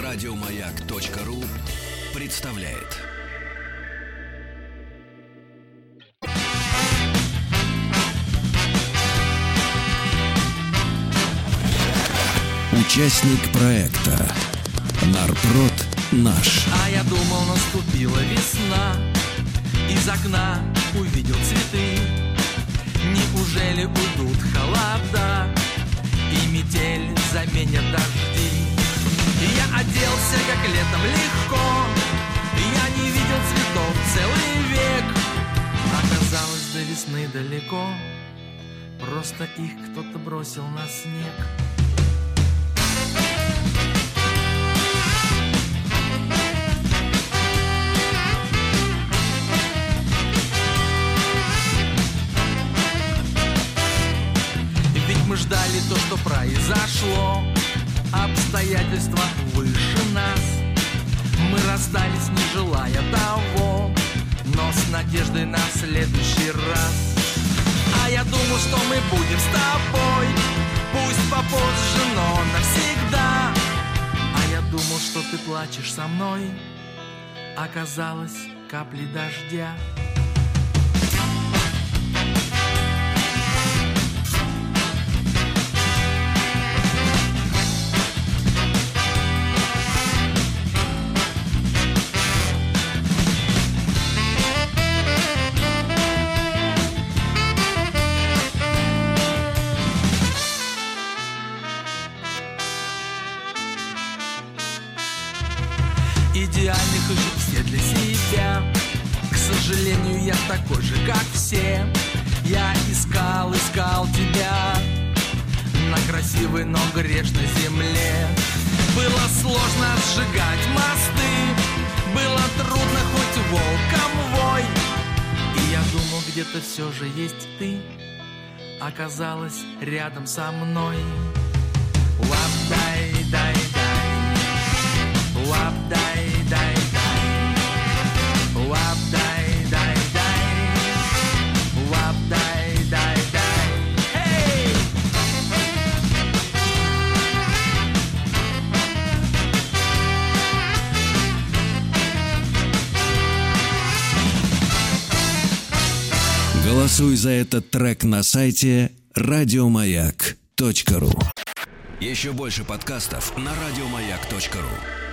Радиомаяк.ру представляет. Участник проекта «Нарпрод наш». А я думал, наступила весна, из окна увидел цветы. Неужели уйдут холода и метель заменят дожди? Я оделся, как летом, легко, я не видел цветов целый век. Оказалось, до весны далеко, просто их кто-то бросил на снег. Мы ждали то, что произошло, обстоятельства выше нас. Мы расстались, не желая того, но с надеждой на следующий раз. А я думал, что мы будем с тобой, пусть попозже, но навсегда. А я думал, что ты плачешь со мной, оказалось, капли дождя. Идеальных ищут все для себя. К сожалению, я такой же, как все. Я искал тебя на красивой, но грешной земле. Было сложно сжигать мосты, было трудно, хоть волком вой. И я думал, где-то все же есть ты, оказалась рядом со мной. Лап-дай-дай-дай, лап-дай-дай-дай, лап-дай-дай-дай, лап-дай-дай-дай. Эй! Голосуй за этот трек на сайте радиомаяк.ру. Еще больше подкастов на радиомаяк.ру.